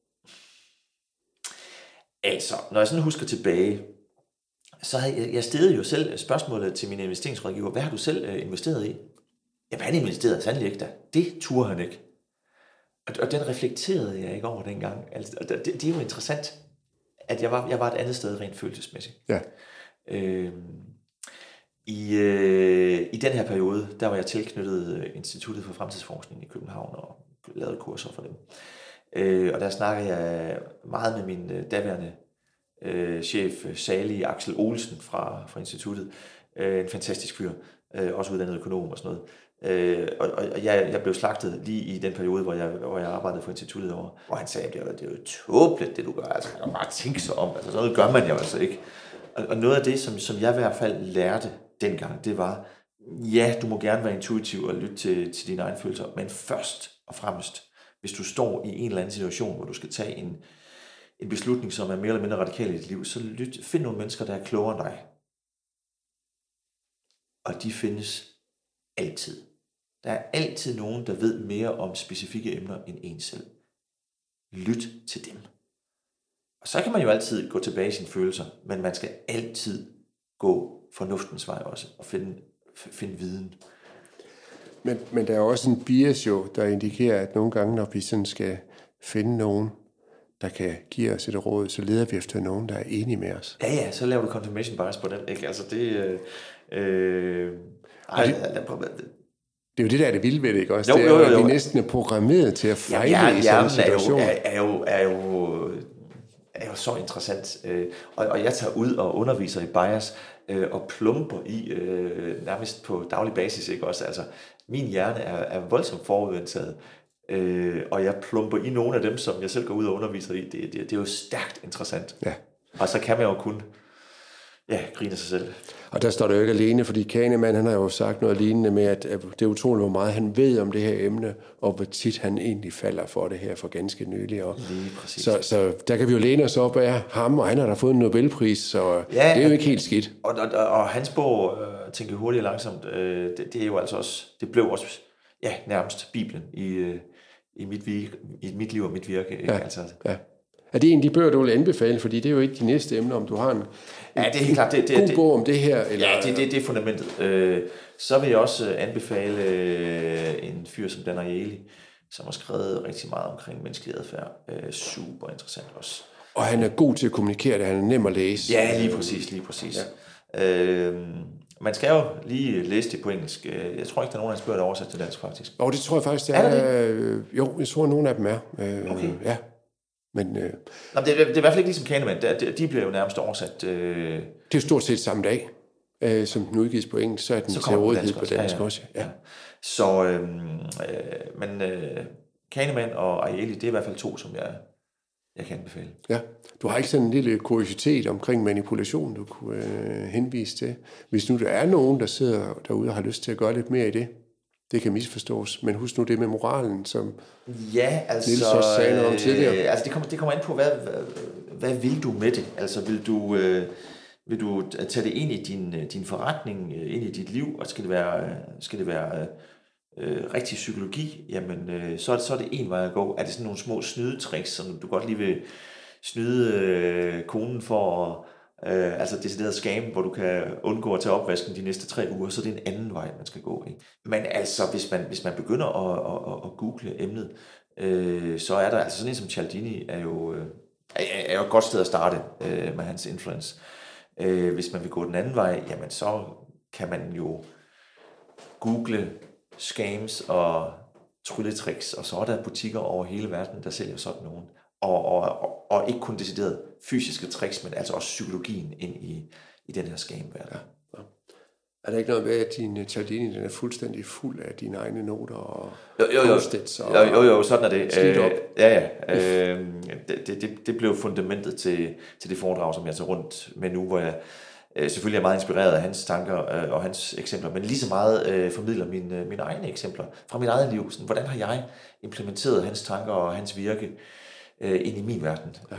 Altså, når jeg sådan husker tilbage, så havde jeg stillede jo selv spørgsmålet til min investeringsrådgiver, hvad har du selv investeret i? Jamen, han investerede sandelig ikke da. Det turde han ikke. Og den reflekterede jeg ikke over dengang. Altså, det er jo interessant, at jeg var et andet sted rent følelsesmæssigt. Ja. I den her periode, der var jeg tilknyttet Instituttet for Fremtidsforskning i København og lavede kurser for dem. Og der snakker jeg meget med min daværende chef, salige Axel Olsen fra instituttet. En fantastisk fyr, også uddannet økonom og sådan noget. Og jeg blev slagtet lige i den periode, hvor jeg arbejdede for instituttet over. Og han sagde, det er jo tåbeligt, det du gør. Altså, man kan bare tænke sig om. Altså, sådan noget gør man jo altså ikke. Og noget af det, som jeg i hvert fald lærte dengang, det var, ja, du må gerne være intuitiv og lytte til dine egne følelser, men først og fremmest, hvis du står i en eller anden situation, hvor du skal tage en beslutning, som er mere eller mindre radikal i dit liv, så find nogle mennesker, der er klogere end dig. Og de findes altid. Der er altid nogen, der ved mere om specifikke emner end en selv. Lyt til dem. Og så kan man jo altid gå tilbage i sine følelser, men man skal altid gå fornuftens vej også, og finde viden. Men der er også en bias jo, der indikerer, at nogle gange, når vi sådan skal finde nogen, der kan give os et råd, så leder vi efter nogen, der er enige med os. Ja, så laver du confirmation bias på den, ikke? Altså det... Det er jo det, der er det vilde ved det, ikke også? Jo. Det er jo, at vi næsten er programmeret til at fejle i sådan en situation. Er jo så interessant. Og jeg tager ud og underviser i bias, og plumper i nærmest på daglig basis, ikke også? Altså, min hjerne er voldsomt forudindtaget, og jeg plumper i nogle af dem, som jeg selv går ud og underviser i. Det er jo stærkt interessant. Ja. Og så kan man jo kun grine sig selv. Og der står det jo ikke alene, fordi Kahneman, han har jo sagt noget lignende med, at det er utroligt, hvor meget han ved om det her emne, og hvor tit han egentlig falder for det her for ganske nylig. Lige præcis. Så der kan vi jo læne os op af ham, og han har da fået en Nobelpris, så det er jo ikke helt skidt. Og hans bog, Tænke hurtigt og langsomt, det er jo altså også, det blev også nærmest Bibelen i mit liv og mit virke. Ikke? Altså. Ja. Er det en af de bøger, du vil anbefale? Fordi det er jo ikke de næste emner, om du har en det er helt klart. god bog om det her. Eller? Ja, det er fundamentet. Så vil jeg også anbefale en fyr som Dan Ariely, som har skrevet rigtig meget omkring menneskelig adfærd. Super interessant også. Og han er god til at kommunikere det, han er nem at læse. Ja, lige præcis. Ja. Man skal jo lige læse det på engelsk. Jeg tror ikke, der er nogen af hans bøger, der er oversat til dansk, faktisk. Og det tror jeg faktisk, det er. Jo, jeg tror, nogle af dem er. Okay. Ja. Men, det er i hvert fald ikke ligesom Kahneman. De bliver jo nærmest oversat. Det er jo stort set samme dag, som den udgives på engelsk, så er den til rådighed på dansk også. Ja. Så, men Kahneman og Ariely, det er i hvert fald to, som jeg kan anbefale. Ja, du har ikke sådan en lille kuriositet omkring manipulation, du kunne henvise til. Hvis nu der er nogen, der sidder derude og har lyst til at gøre lidt mere i det, det kan misforstås, men husk nu det med moralen, som Niels også sagde noget om tidligere. Altså det kommer an på, hvad vil du med det? Altså vil du tage det ind i din forretning, ind i dit liv, og skal det være rigtig psykologi, jamen så er det en vej at gå. Er det sådan nogle små snydetricks, som du godt lige vil snyde konen for, altså decideret scam, hvor du kan undgå at tage opvasken de næste 3 uger, så det er en anden vej, man skal gå. Ikke? Men altså, hvis man begynder at google emnet, så er der, altså sådan en som Cialdini er jo et godt sted at starte med hans influence. Hvis man vil gå den anden vej, jamen så kan man jo google scams og trylletricks, og så er der butikker over hele verden, der sælger sådan nogen. Og ikke kun decideret fysiske tricks, men altså også psykologien ind i den her scam-verden. Ja. Er der ikke noget med, at din Cialdini den er fuldstændig fuld af dine egne noter og post-its? Jo, sådan er det. Skidt op. Det blev fundamentet til det foredrag, som jeg tager rundt med nu, hvor jeg selvfølgelig er meget inspireret af hans tanker og hans eksempler, men lige så meget formidler mine egne eksempler fra mit eget liv. Sådan, hvordan har jeg implementeret hans tanker og hans virke ind i min verden? Ja.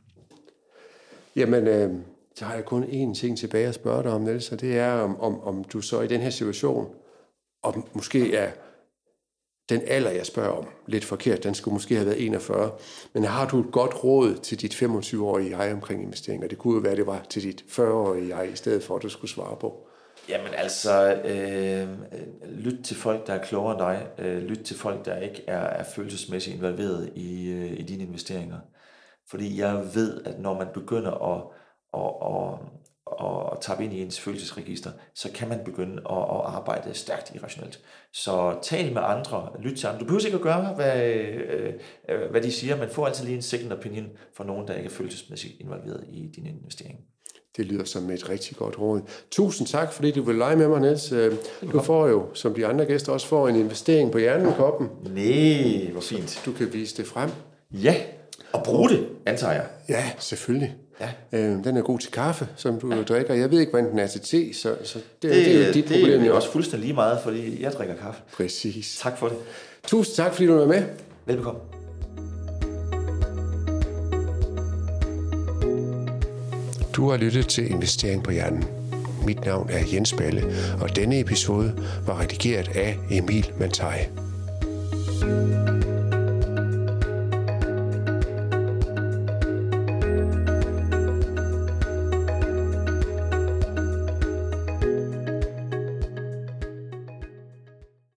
Jamen, så har jeg kun én ting tilbage at spørge dig om, Niels, og det er, om du så i den her situation, om måske er den alder, jeg spørger om, lidt forkert, den skulle måske have været 41, men har du et godt råd til dit 25-årige jeg omkring investeringer? Det kunne jo være, det var til dit 40-årige jeg, i stedet for, at du skulle svare på. Jamen altså, lyt til folk, der er klogere end dig. Lyt til folk, der ikke er følelsesmæssigt involveret i dine investeringer. Fordi jeg ved, at når man begynder at tappe ind i ens følelsesregister, så kan man begynde at arbejde stærkt irrationelt. Så tal med andre, lyt til andre. Du behøver ikke at gøre, hvad de siger, men få altid lige en second opinion for nogen, der ikke er følelsesmæssigt involveret i din investering. Det lyder som et rigtig godt råd. Tusind tak, fordi du vil lege med mig, Niels. Du får jo, som de andre gæster også får, en investering på Hjernen-koppen. Nej, hvor fint. Du kan vise det frem. Ja, og bruge det, antager jeg. Ja, selvfølgelig. Ja. Den er god til kaffe, som du drikker. Jeg ved ikke, hvordan den er til te, så det er jo dit problem. Det er også fuldstændig lige meget, fordi jeg drikker kaffe. Præcis. Tak for det. Tusind tak, fordi du var med. Velbekomme. Du har lyttet til Investering på Hjernen. Mit navn er Jens Balle, og denne episode var redigeret af Emil Mantai.